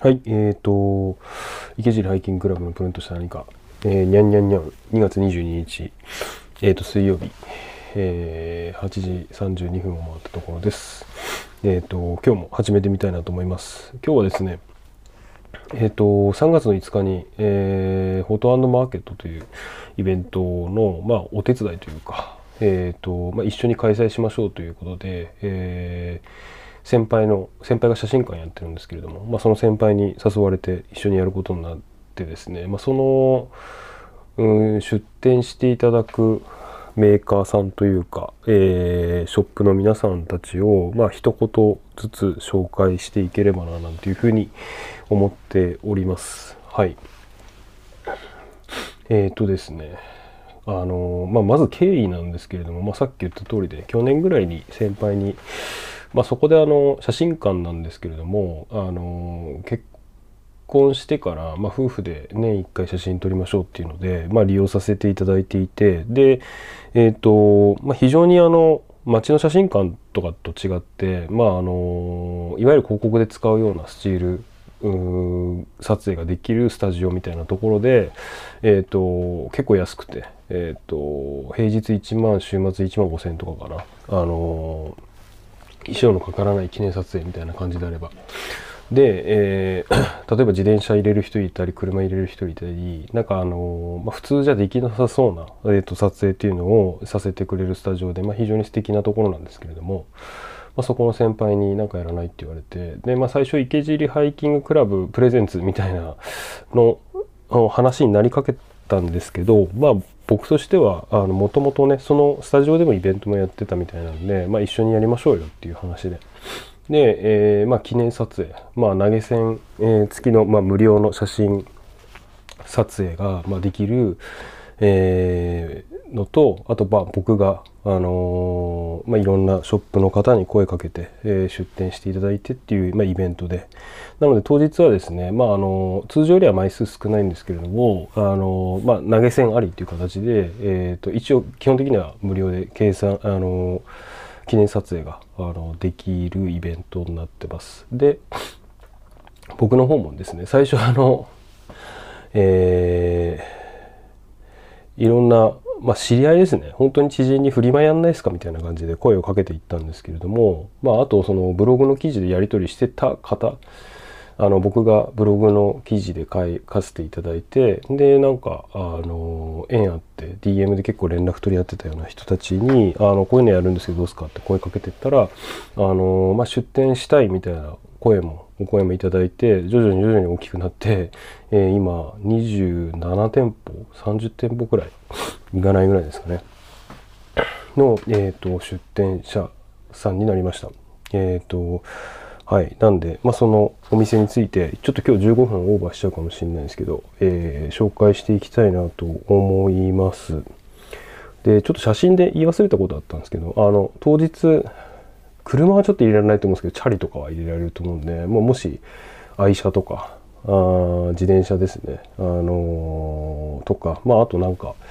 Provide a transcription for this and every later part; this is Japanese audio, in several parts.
はい、池尻ハイキングクラブのプレゼントした何か、にゃんにゃんにゃん、2月22日、水曜日、8時32分を回ったところです。今日も始めてみたいなと思います。今日はですね、3月の5日に、フォト&マーケットというイベントの、お手伝いというか、一緒に開催しましょうということで、先輩が写真館やってるんですけれども、その先輩に誘われて一緒にやることになってですね、その、出展していただくメーカーさんというか、ショップの皆さんたちを、一言ずつ紹介していければな、なんていうふうに思っております。はい。ですね、まず経緯なんですけれども、さっき言った通りで、去年ぐらいに先輩に、そこで写真館なんですけれども、結婚してから、夫婦で年1回写真撮りましょうっていうので、利用させていただいていて、で、非常に街の写真館とかと違って、いわゆる広告で使うようなスチール撮影ができるスタジオみたいなところで、結構安くて、平日1万、週末1万5千円とかかな。衣装のかからない記念撮影みたいな感じであれば。で、例えば自転車入れる人いたり、車入れる人いたり、普通じゃできなさそうな、撮影っていうのをさせてくれるスタジオで、非常に素敵なところなんですけれども、そこの先輩にやらないって言われて、で、最初池尻ハイキングクラブプレゼンツみたいなの話になりかけたんですけど、僕としてはもともとね、そのスタジオでもイベントもやってたみたいなんで、一緒にやりましょうよっていう話で。で、記念撮影、投げ銭、付きの、無料の写真撮影が、できる、のと、あと僕が、いろんなショップの方に声かけて、出店していただいてっていう、イベントで、なので当日はですね、通常よりは枚数少ないんですけれども、投げ銭ありっていう形で、一応基本的には無料で記念撮影ができるイベントになってます。で、僕の方もですね、最初いろんな、知り合いですね、本当に知人にフリマやんないですかみたいな感じで声をかけていったんですけれども、あとそのブログの記事でやり取りしてた方、僕がブログの記事で書かせていただいて、で、縁あって DM で結構連絡取り合ってたような人たちに、こういうのやるんですけどどうですかって声かけてったら、出店したいみたいなお声もいただいて、徐々に大きくなって、今27店舗、30店舗くらい、いかないぐらいですかね、の、出店者さんになりました。はい。なんで、そのお店について、ちょっと今日15分オーバーしちゃうかもしれないですけど、紹介していきたいなと思います。で、ちょっと写真で言い忘れたことあったんですけど、当日、車はちょっと入れられないと思うんですけど、チャリとかは入れられると思うんで、もし、愛車とか、自転車ですね、とか、あと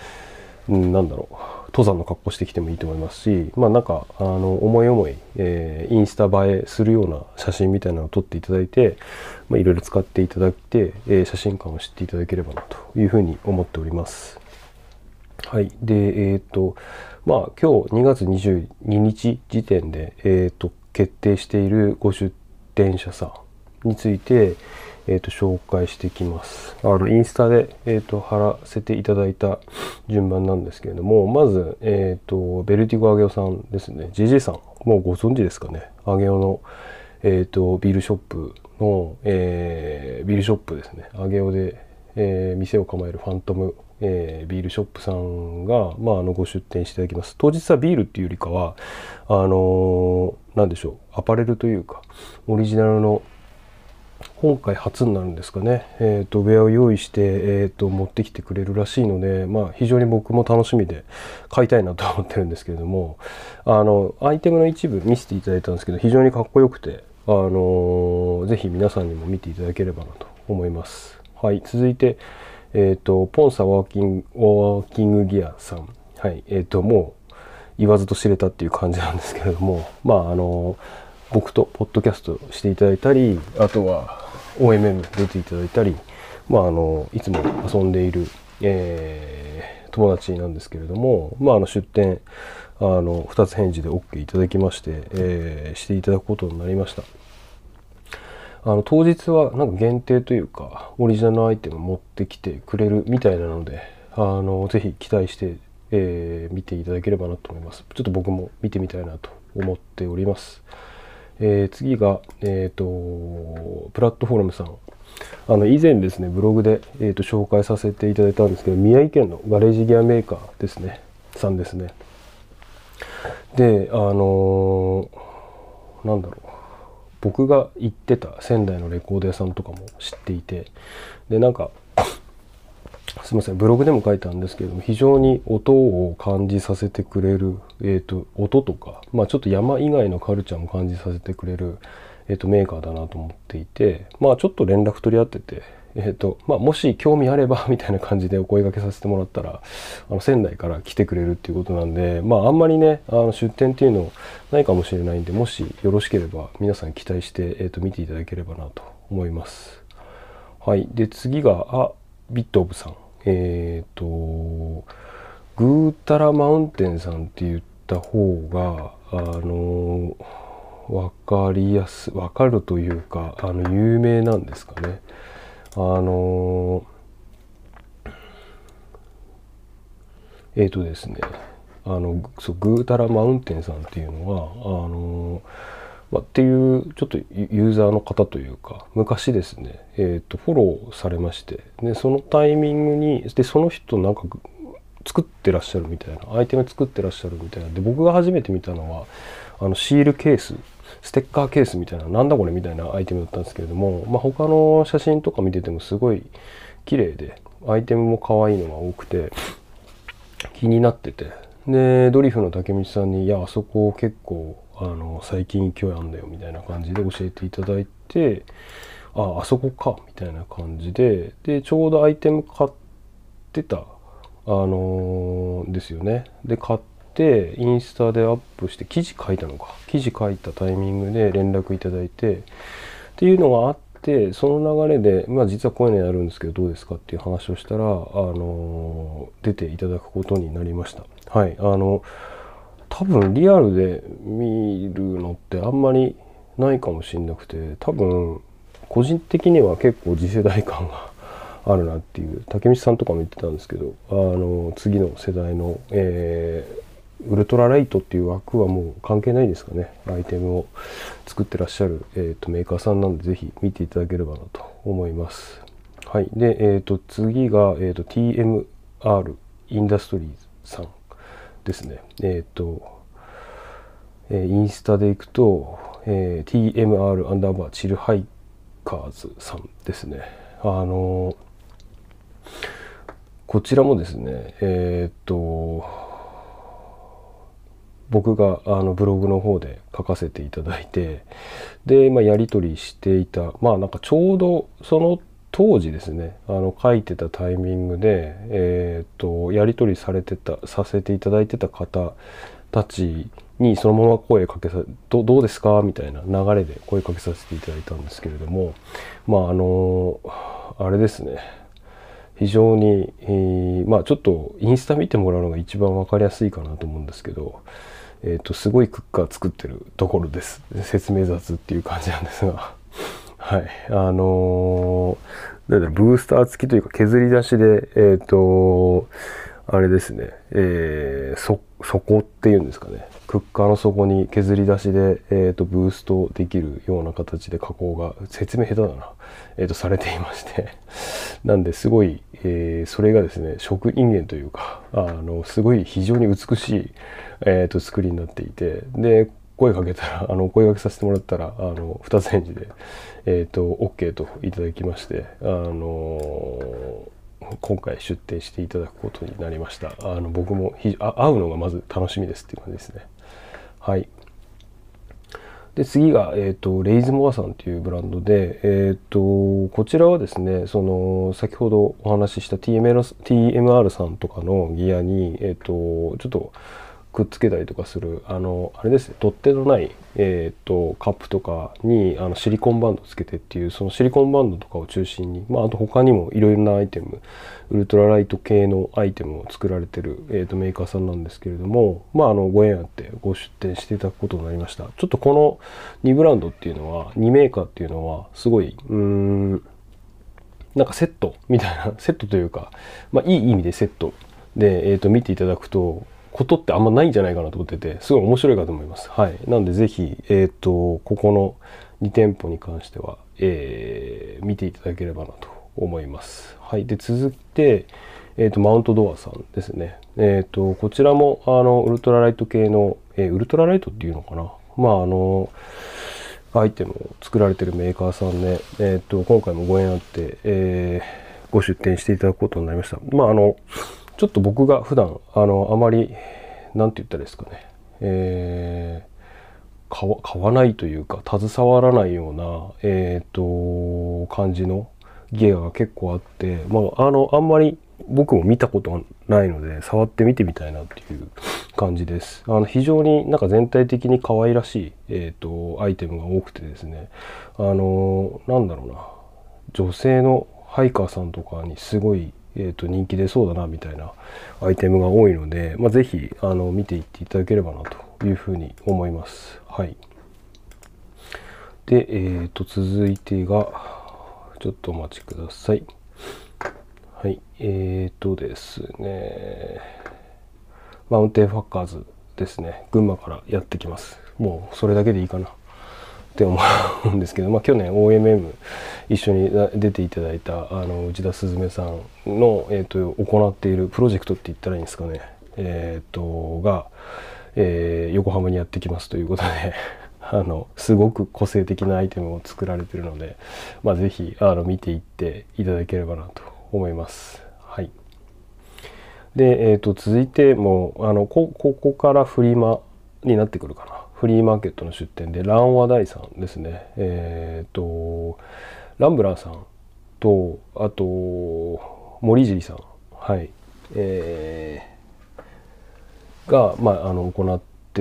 登山の格好してきてもいいと思いますし、思い思い、インスタ映えするような写真みたいなのを撮っていただいて、いろいろ使っていただいて、写真館を知っていただければなというふうに思っております。はい。で、今日2月22日時点で、決定しているご出店者さんについて、紹介していきます。インスタで、貼らせていただいた順番なんですけれども、まず、ベルティゴアゲオさんですね。JJ さん、もうご存知ですかね。アゲオの、ビールショップの、ビールショップですね。アゲオで、店を構えるファントム、ビールショップさんが、ご出店していただきます。当日はビールっていうよりかは、なんでしょう、アパレルというか、オリジナルの今回初になるんですかね、ウェアを用意して、持ってきてくれるらしいので、非常に僕も楽しみで買いたいなと思ってるんですけれども、アイテムの一部見せていただいたんですけど、非常にかっこよくて、ぜひ皆さんにも見ていただければなと思います。はい、続いて、ポンサワーキングギアさん。はい、もう言わずと知れたっていう感じなんですけれども、 僕とポッドキャストしていただいたり、あとは OMM 出ていただいたり、いつも遊んでいる、友達なんですけれども、出店2つ返事で OK いただきまして、していただくことになりました。当日はなんか限定というかオリジナルアイテム持ってきてくれるみたいなので、ぜひ期待して、見ていただければなと思います。ちょっと僕も見てみたいなと思っております。次が、プラットフォームさん。以前ですね、ブログで、紹介させていただいたんですけど、宮城県のガレージギアメーカーですね、さんですね。で、なんだろう。僕が行ってた仙台のレコード屋さんとかも知っていて、で、なんか、すみません、ブログでも書いたんですけれども、非常に音を感じさせてくれる、音とか、ちょっと山以外のカルチャーも感じさせてくれる、メーカーだなと思っていて、ちょっと連絡取り合ってて、もし興味あればみたいな感じでお声掛けさせてもらったら、仙台から来てくれるっていうことなんで、あんまりね、出店っていうのないかもしれないんで、もしよろしければ皆さん期待して、見ていただければなと思います。はい。で、次が、ビットオブさん。ぐーたらマウンテンさんって言った方が、わかるというか、有名なんですかね。ですね、ぐーたらマウンテンさんっていうのは、っていうちょっとユーザーの方というか、昔ですね、フォローされまして、でそのタイミングにでその人なんか作ってらっしゃるみたいな、アイテム作ってらっしゃるみたいなで、僕が初めて見たのはシールケース、ステッカーケースみたいな、なんだこれみたいなアイテムだったんですけれども、他の写真とか見ててもすごい綺麗で、アイテムも可愛いのが多くて気になってて、でドリフの竹道さんに「いや、あそこ結構最近勢いあんだよ」みたいな感じで教えていただいて、あそこかみたいな感じで、ちょうどアイテム買ってたですよね。で買ってインスタでアップして記事書いたタイミングで連絡いただいてっていうのがあって、その流れで、実はこういうのやるんですけどどうですかっていう話をしたら、出ていただくことになりました。はい。多分リアルで見るのってあんまりないかもしれなくて、多分個人的には結構次世代感があるなっていう、竹道さんとかも言ってたんですけど、次の世代の、ウルトラライトっていう枠はもう関係ないですかね。アイテムを作ってらっしゃる、メーカーさんなんで、ぜひ見ていただければなと思います。はい。で、次が、TMR インダストリーズさんですね。インスタでいくと、TMR アンダーバーチルハイカーズさんですね。こちらもですね、僕がブログの方で書かせていただいて、で、やり取りしていた、なんかちょうどその当時ですね、書いてたタイミングで、やり取りさせていただいてた方たちにそのまま声かけどうですかみたいな流れで声かけさせていただいたんですけれども、あれですね、非常に、ちょっとインスタ見てもらうのが一番分かりやすいかなと思うんですけど、すごいクッカー作ってるところです。説明雑っていう感じなんですがはい、ブースター付きというか削り出しで、あれですね、底っていうんですかね、クッカーの底に削り出しで、ブーストできるような形で加工が、説明下手だな、されていましてなんですごい、それがですね、職人芸というか、すごい非常に美しい、作りになっていて、で声かけさせてもらったら2つ返事で、OK といただきまして、今回出店していただくことになりました。僕も会うのがまず楽しみですっていう感じですね。はい。で次が、レイズモアさんというブランドで、こちらはですね、先ほどお話しした TMR さんとかのギアに、ちょっとくっつけたりとかするあれですね、取っ手のない、カップとかにシリコンバンドつけてっていう、そのシリコンバンドとかを中心に、あと他にもいろいろなアイテム、ウルトラライト系のアイテムを作られてる、メーカーさんなんですけれども、ご縁あってご出店していただくことになりました。ちょっとこの2ブランドっていうのは、2メーカーっていうのはすごいなんかセットみたいな、セットというか、いい意味でセットで、見ていただくことってあんまないんじゃないかなと思ってて、すごい面白いかと思います。はい。なんでぜひ、ここの2店舗に関しては、見ていただければなと思います。はい。で、続いて、マウントドアさんですね。こちらも、ウルトラライト系の、ウルトラライトっていうのかな。アイテムを作られてるメーカーさんで、今回もご縁あって、ご出店していただくことになりました。ちょっと僕が普段あまりなんて言ったらいいですかね、買わないというか携わらないような感じのギアが結構あって、あんまり僕も見たことがないので触ってみてみたいなっていう感じです。非常になんか全体的に可愛らしい、アイテムが多くてですね、なんだろうな、女性のハイカーさんとかにすごい、人気出そうだなみたいなアイテムが多いので、ぜひ見ていっていただければなというふうに思います。はい。で、続いてがちょっとお待ちください。はい、ですね、マウンテンファッカーズですね。群馬からやってきます。もうそれだけでいいかなって思うんですけど、去年 OMM 一緒に出ていただいた内田すずめさんの、行っているプロジェクトって言ったらいいんですかね、が、横浜にやってきますということですごく個性的なアイテムを作られているので、ぜひ見ていっていただければなと思います。はい。で、続いてもここからフリマになってくるかな。フリーマーケットの出店でランワダイさんですね。ランブラーさんとあと森尻さん、はい、が行って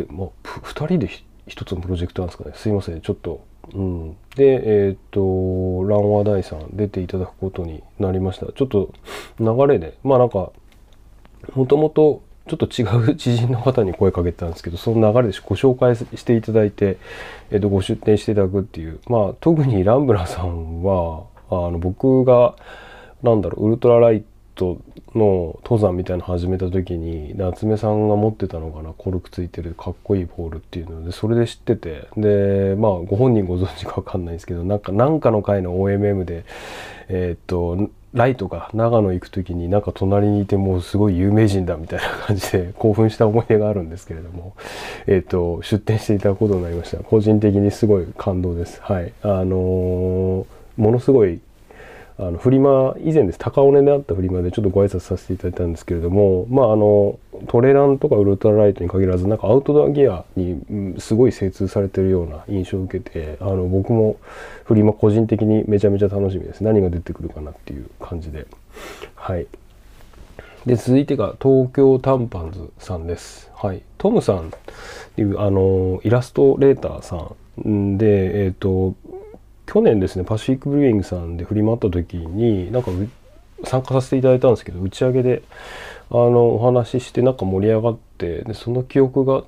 、2人で一つのプロジェクトなんですかね。すいません、ちょっと。で、ランワダイさん出ていただくことになりました。ちょっと流れで、なんかもともとちょっと違う知人の方に声かけてたんですけど、その流れでご紹介していただいて、ご出店していただくっていう、特にランブラさんは僕がウルトラライトの登山みたいなの始めた時に夏目さんが持ってたのかな、コルクついてるかっこいいポールっていうので、それで知ってて、でご本人ご存知か分かんないんですけど、なんかの回の OMM でライトが長野行く時になんか隣にいてもうすごい有名人だみたいな感じで興奮した思い出があるんですけれども、出展していただくことになりました。個人的にすごい感動です。はい。ものすごいフリマ以前です、高尾根であったフリマでちょっとご挨拶させていただいたんですけれども、トレランとかウルトラライトに限らずなんかアウトドアギアにすごい精通されてるような印象を受けて、僕もフリマ個人的にめちゃめちゃ楽しみです。何が出てくるかなっていう感じで。はい。で、続いてが東京タンパンズさんです。はい。トムさんっていうイラストレーターさんで、去年ですね、パシフィックブリューイングさんで振り回った時になんか参加させていただいたんですけど、打ち上げでお話ししてなんか盛り上がって、でその記憶があって、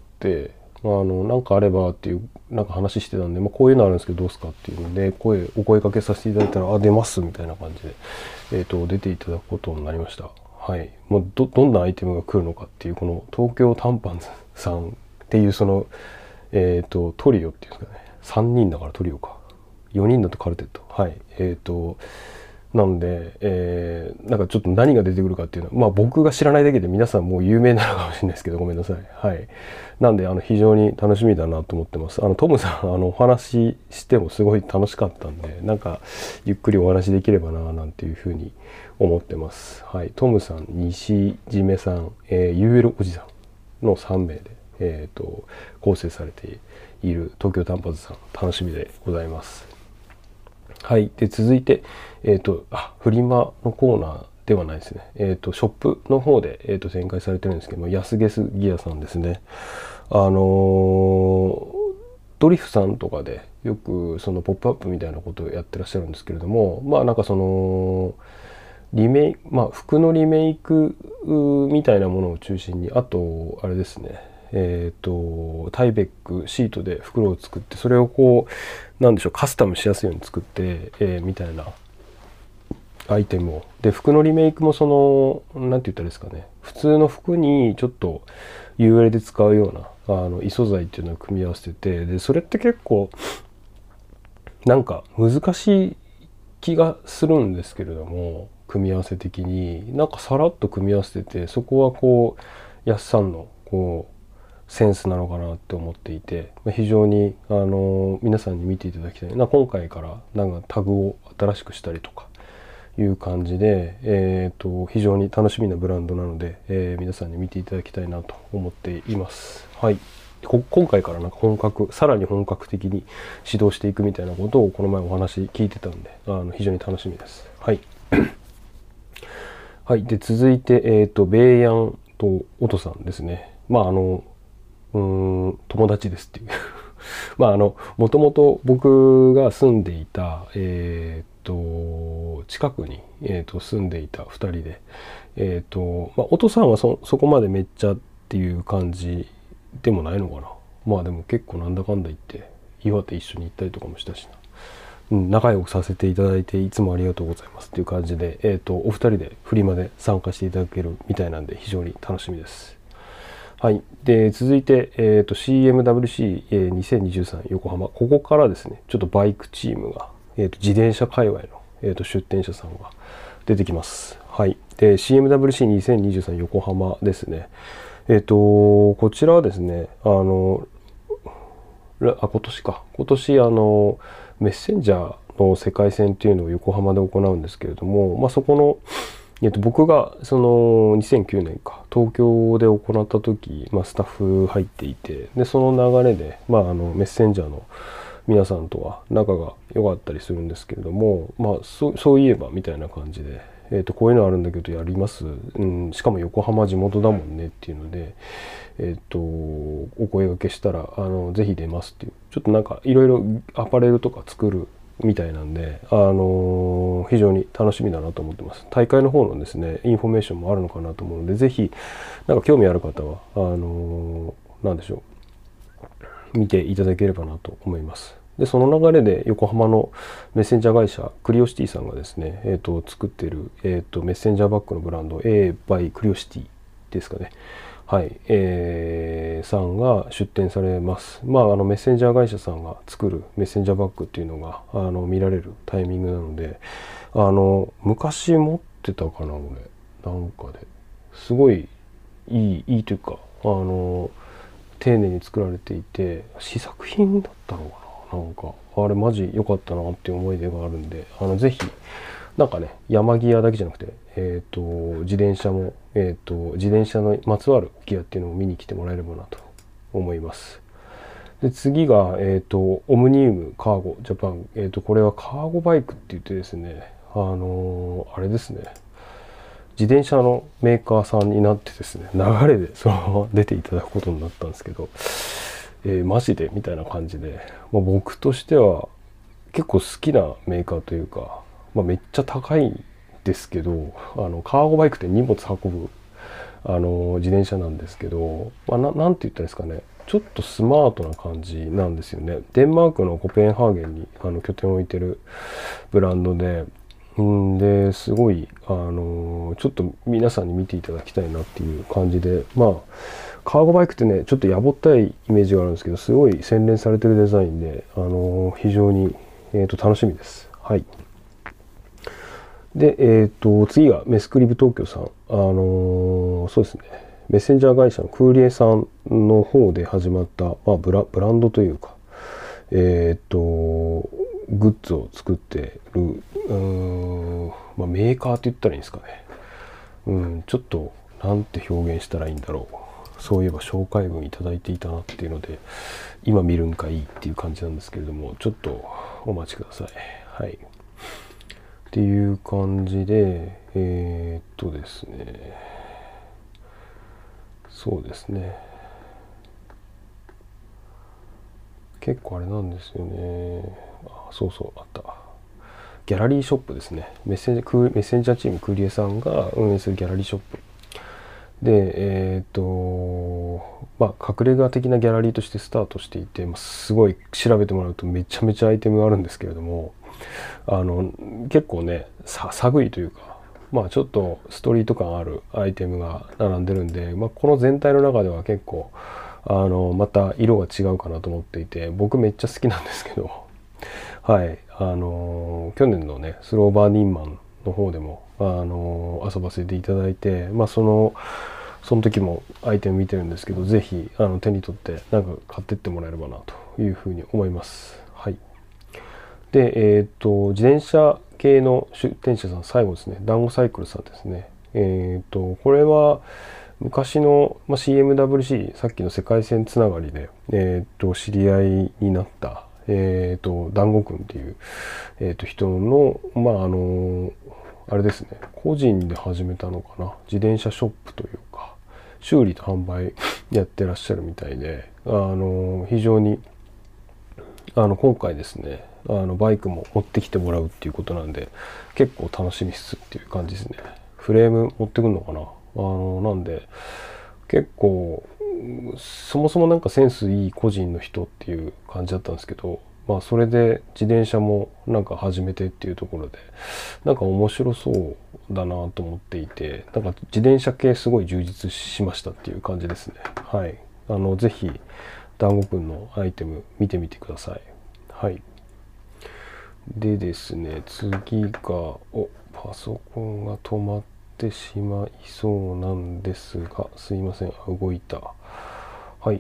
なんかあればっていうなんか話してたんで、こういうのあるんですけどどうですかっていうのでお声かけさせていただいたら、出ますみたいな感じで、出ていただくことになりました。はい。どんなアイテムが来るのかっていう、この東京タンパンズさんっていうそのトリオっていうんですかね、3人だからトリオか、4人だとカルテット。はい。なんで、なんかちょっと何が出てくるかっていうのは、僕が知らないだけで皆さんもう有名なのかもしれないですけど、ごめんなさい。はい。なんで、非常に楽しみだなと思ってます。トムさん、お話ししてもすごい楽しかったんで、なんか、ゆっくりお話できればな、なんていうふうに思ってます。はい。トムさん、西締さん、UL おじさんの3名で、構成されている東京タンパズさん、楽しみでございます。はい。で、続いて、フリマのコーナーではないですね。ショップの方で、展開されてるんですけども、安ゲスギアさんですね。ドリフさんとかでよくそのポップアップみたいなことをやってらっしゃるんですけれども、まあなんかその服のリメイクみたいなものを中心に、あとあれですね、タイベックシートで袋を作って、それをこうなんでしょう、カスタムしやすいように作って、みたいなアイテムを、で服のリメイクもそのなんて言ったらいいですかね、普通の服にちょっと UL で使うような異素材っていうのを組み合わせてて、でそれって結構なんか難しい気がするんですけれども、組み合わせ的になんかさらっと組み合わせてて、そこはこうやっさんのこうセンスなのかなって思っていて、非常に皆さんに見ていただきたいな。今回からなんかタグを新しくしたりとかいう感じで、非常に楽しみなブランドなので、皆さんに見ていただきたいなと思っています。はい。今回からなんかさらに本格的に指導していくみたいなことをこの前お話聞いてたんで、非常に楽しみです。はい。はい。で、続いて、ベイヤンとオトさんですね。友達ですっていう。もともと僕が住んでいた、近くに、住んでいた2人で、オトさんはそこまでめっちゃっていう感じでもないのかな。まあでも結構なんだかんだ言って岩手一緒に行ったりとかもしたしな、仲良くさせていただいていつもありがとうございますっていう感じで、お二人でフリマで参加していただけるみたいなんで非常に楽しみです。はい。で、続いて、CMWC2023 横浜。ここからですね、ちょっとバイクチームが、自転車界隈の、出店者さんが出てきます。はい。で、CMWC2023 横浜ですね。こちらはですね、今年、メッセンジャーの世界戦っていうのを横浜で行うんですけれども、そこの、僕がその2009年か東京で行った時、スタッフ入っていて、でその流れで、メッセンジャーの皆さんとは仲が良かったりするんですけれども、そういえばみたいな感じで、こういうのあるんだけどやります、しかも横浜地元だもんねっていうので、お声掛けしたらぜひ出ますっていう、ちょっとなんかいろいろアパレルとか作るみたいなんで、非常に楽しみだなと思ってます。大会の方のですねインフォメーションもあるのかなと思うので、ぜひなんか興味ある方は何でしょう、見ていただければなと思います。でその流れで横浜のメッセンジャー会社クリオシティさんがですね、作っている、メッセンジャーバッグのブランド A by クリオシティですかね。はい、さんが出展されます。メッセンジャー会社さんが作るメッセンジャーバッグっていうのが見られるタイミングなので、昔持ってたかな、俺なんかですごいいいというか丁寧に作られていて、試作品だったのかな、なんかあれマジ良かったなっていう思い出があるんで、ぜひなんかね、山ギアだけじゃなくて、自転車も、自転車のまつわるギアっていうのを見に来てもらえればなと思います。で次が、オムニウムカーゴジャパン。これはカーゴバイクって言ってですね、あれですね、自転車のメーカーさんになってですね、流れでそのまま出ていただくことになったんですけど、マジでみたいな感じで、僕としては結構好きなメーカーというか、めっちゃ高いんですけど、カーゴバイクって荷物運ぶ自転車なんですけど、なんて言ったらいいですかね、ちょっとスマートな感じなんですよね。デンマークのコペンハーゲンに拠点を置いてるブランドで、ですごいちょっと皆さんに見ていただきたいなっていう感じで、カーゴバイクってね、ちょっとやぼったいイメージがあるんですけど、すごい洗練されてるデザインで、非常に、楽しみです。はい。で、次がメスクリブ東京さん。そうですね。メッセンジャー会社のクーリエさんの方で始まった、ブランドというか、グッズを作ってる、メーカーって言ったらいいんですかね。ちょっと、なんて表現したらいいんだろう。そういえば紹介文いただいていたなっていうので、今見るんかいいっていう感じなんですけれども、ちょっとお待ちください。はい。 ていう感じで、ですね、そうですね。結構あれなんですよね。そうそう、あった。ギャラリーショップですね。メッセンジャーチームクリエさんが運営するギャラリーショップ。で、隠れ家的なギャラリーとしてスタートしていて、すごい調べてもらうとめちゃめちゃアイテムがあるんですけれども、結構ね、寒いというか、ちょっとストリート感あるアイテムが並んでるんで、この全体の中では結構、また色が違うかなと思っていて、僕めっちゃ好きなんですけど、はい、去年のね、スローバーニンマンの方でも、遊ばせていただいて、その時もアイテム見てるんですけど、ぜひ手に取ってなんか買ってってもらえればなというふうに思います。はい。で、自転車系の出店者さん、最後ですね、団子サイクルさんですね。これは昔の、CMWC、さっきの世界線つながりで、知り合いになった、団子くんっていう、人の、あれですね、個人で始めたのかな、自転車ショップというか、修理と販売やってらっしゃるみたいで、非常に、今回ですね、バイクも持ってきてもらうっていうことなんで、結構楽しみっすっていう感じですね。フレーム持ってくるのかな。なんで、結構、そもそもなんかセンスいい個人の人っていう感じだったんですけど、それで自転車もなんか始めてっていうところで、なんか面白そうだなと思っていて、なんか自転車系すごい充実しましたっていう感じですね。はい。ぜひ、団子くんのアイテム見てみてください。はい。でですね、次が、パソコンが止まってしまいそうなんですが、すいません、動いた。はい、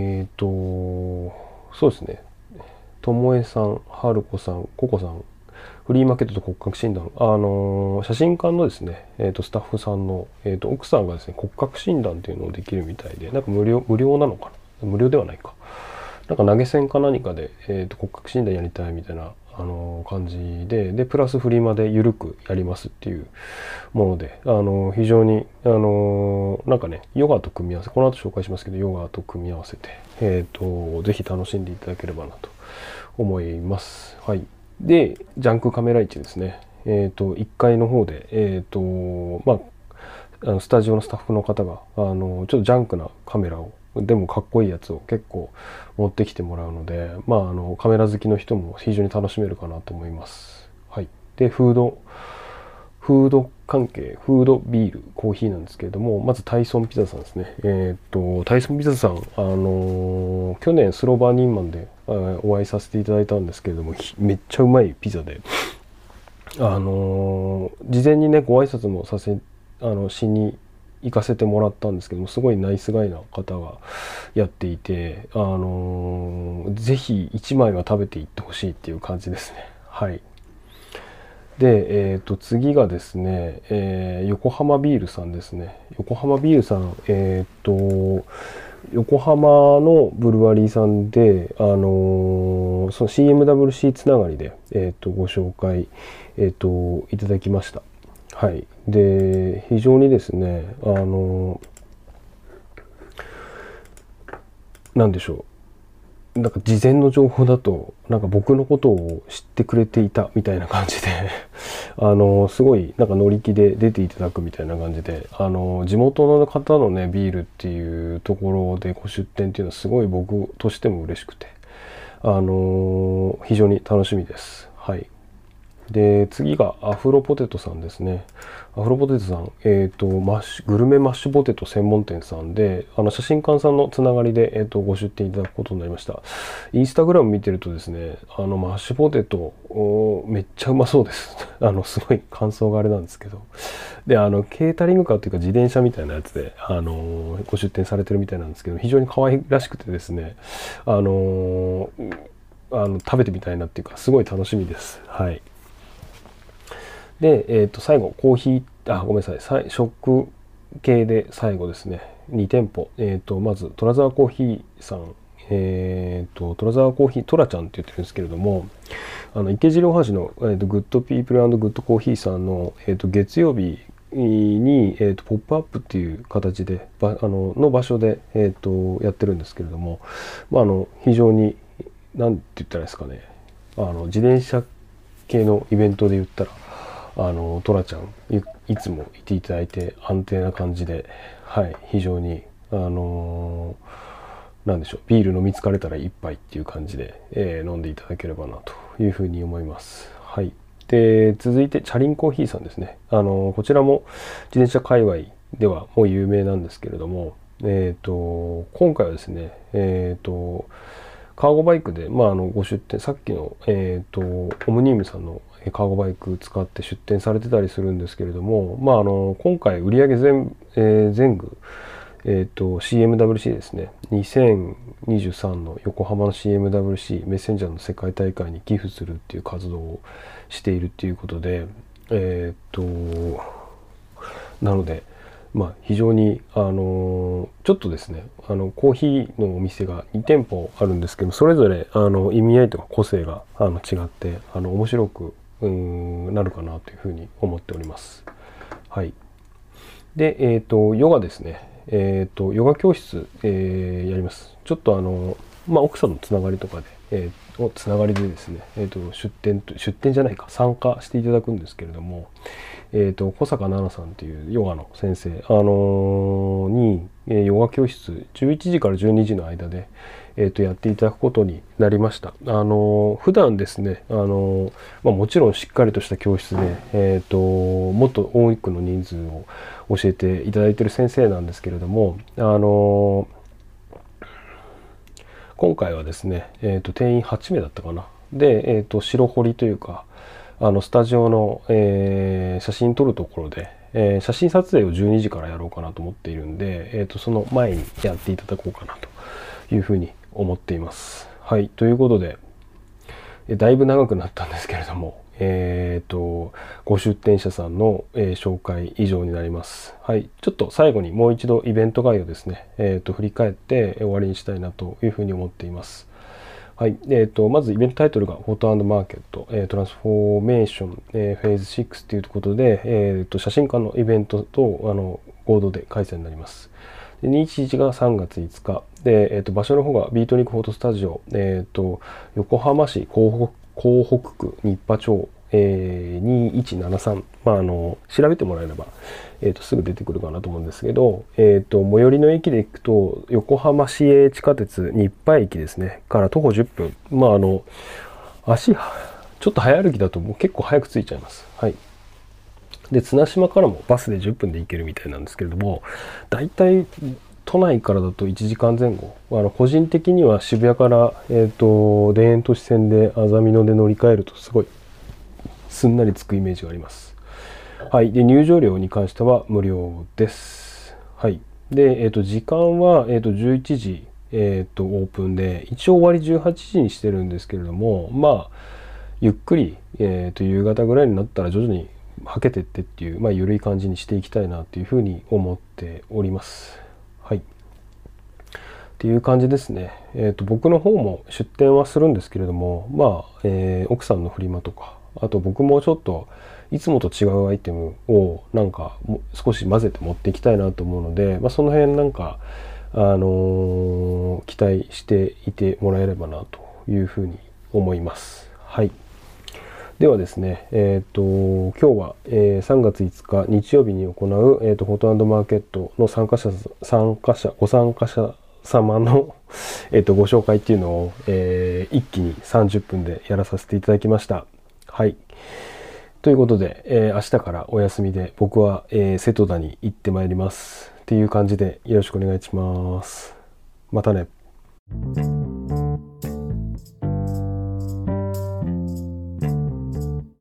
そうですね、ともえさん、はるこさん、ここさん、フリーマーケットと骨格診断、写真館のですね、スタッフさんの、奥さんがですね、骨格診断っていうのをできるみたいで、なんか無料なのかな、無料ではないか。なんか投げ銭か何かで、骨格診断やりたいみたいな、感じで、プラスフリマで緩くやりますっていうもので、非常に、なんかね、ヨガと組み合わせ、この後紹介しますけど、ヨガと組み合わせて、ぜひ楽しんでいただければなと思います。はい。で、ジャンクカメラ市ですね。1階の方で、スタジオのスタッフの方が、ちょっとジャンクなカメラを、でもかっこいいやつを結構持ってきてもらうので、カメラ好きの人も非常に楽しめるかなと思います。はい。で、フード関係、フードビール、コーヒーなんですけれども、まずタイソンピザさんですね。タイソンピザさん、去年スローバーニンマンでお会いさせていただいたんですけれども、めっちゃうまいピザで、事前にね、ご挨拶もしに行かせてもらったんですけども、すごいナイスガイな方がやっていて、ぜひ1枚は食べていってほしいっていう感じですね。はい。で、次がですね、横浜ビールさんですね。横浜ビールさん、横浜のブルワリーさんで、その CMWC つながりで、ご紹介、いただきました。はい。で、非常にですね、なんでしょう。なんか事前の情報だと、なんか僕のことを知ってくれていたみたいな感じで、すごいなんか乗り気で出ていただくみたいな感じで、地元の方のね、ビールっていうところでご出店っていうのはすごい僕としても嬉しくて、非常に楽しみです。はい。で、次がアフロポテトさんですね。アフロポテトさん、グルメマッシュポテト専門店さんで、写真館さんのつながりで、ご出店いただくことになりました。インスタグラム見てるとですね、マッシュポテト、めっちゃうまそうです。すごい感想があれなんですけど。で、ケータリングカーというか自転車みたいなやつで、ご出店されてるみたいなんですけど、非常に可愛らしくてですね、食べてみたいなっていうか、すごい楽しみです。はい。で、最後、コーヒー、ごめんなさい、食系で最後ですね、2店舗。まず、トラザーコーヒーさん、 虎沢コーヒートラちゃんって言ってるんですけれども、池尻大橋の、グッドピープル&グッドコーヒーさんの、月曜日に、ポップアップっていう形での場所で、やってるんですけれども、非常に何て言ったらいいですかね、自転車系のイベントで言ったらトラちゃんいつもいていただいて安定な感じで、はい、非常になんでしょう、ビール飲み疲れたら一杯っていう感じで、飲んでいただければなというふうに思います。はい。で、続いてチャリンコーヒーさんですね。こちらも自転車界隈ではもう有名なんですけれども、今回はですね、カーゴバイクで、ご出店、さっきの、オムニウムさんのカーゴバイク使って出店されてたりするんですけれども、今回売上全部、CMWC ですね。2023の横浜の CMWC メッセンジャーの世界大会に寄付するっていう活動をしているっていうことで、なので、非常にちょっとですね、コーヒーのお店が2店舗あるんですけど、それぞれ意味合いとか個性が違って面白くなるかなというふうに思っております。はい。で、ヨガですね。ヨガ教室、やります。ちょっと奥さんのつながりとかで、つながりでですね、出店じゃないか、参加していただくんですけれども、小坂奈々さんというヨガの先生、に、ヨガ教室11時から12時の間で、やっていただくことになりました。普段ですね、もちろんしっかりとした教室で、もっと多くの人数を教えていただいている先生なんですけれども、今回はですね、定員8名だったかな。で、白彫りというか、スタジオの、写真撮るところで、写真撮影を12時からやろうかなと思っているんで、その前にやっていただこうかなというふうに思っています。はい。ということで、だいぶ長くなったんですけれども、ご出店者さんの、紹介以上になります。はい。ちょっと最後にもう一度イベント概要ですね、振り返って終わりにしたいなというふうに思っています。はい。まずイベントタイトルがフォト&マーケット、トランスフォーメーション、フェーズ6ということで、写真館のイベントと合同で開催になります。日時が3月5日で、場所の方がビートニックフォトスタジオ、横浜市港北区新羽町、2173、調べてもらえれば、すぐ出てくるかなと思うんですけど、最寄りの駅で行くと横浜市営地下鉄新羽駅ですねから徒歩10分、足ちょっと早歩きだともう結構早く着いちゃいます。はい。で、綱島からもバスで10分で行けるみたいなんですけれども、だいたい都内からだと1時間前後。個人的には渋谷から、田園都市線であざみ野で乗り換えるとすごいすんなり着くイメージがあります。はい。で、入場料に関しては無料です。はい。で、時間は、11時、オープンで、一応終わり18時にしてるんですけれども、ゆっくり、夕方ぐらいになったら徐々にはけてってっていう、緩い感じにしていきたいなというふうに思っております。はい。っていう感じですね。僕の方も出店はするんですけれども、奥さんのフリマとか、あと僕もちょっといつもと違うアイテムをなんか少し混ぜて持っていきたいなと思うので、その辺なんか、期待していてもらえればなというふうに思います。はい。ではですね、今日は、3月5日日曜日に行う、フォト&マーケットのご参加者様の、ご紹介っていうのを、一気に30分でやらさせていただきました。はい。ということで、明日からお休みで僕は、瀬戸田に行ってまいります。っていう感じでよろしくお願いします。またね。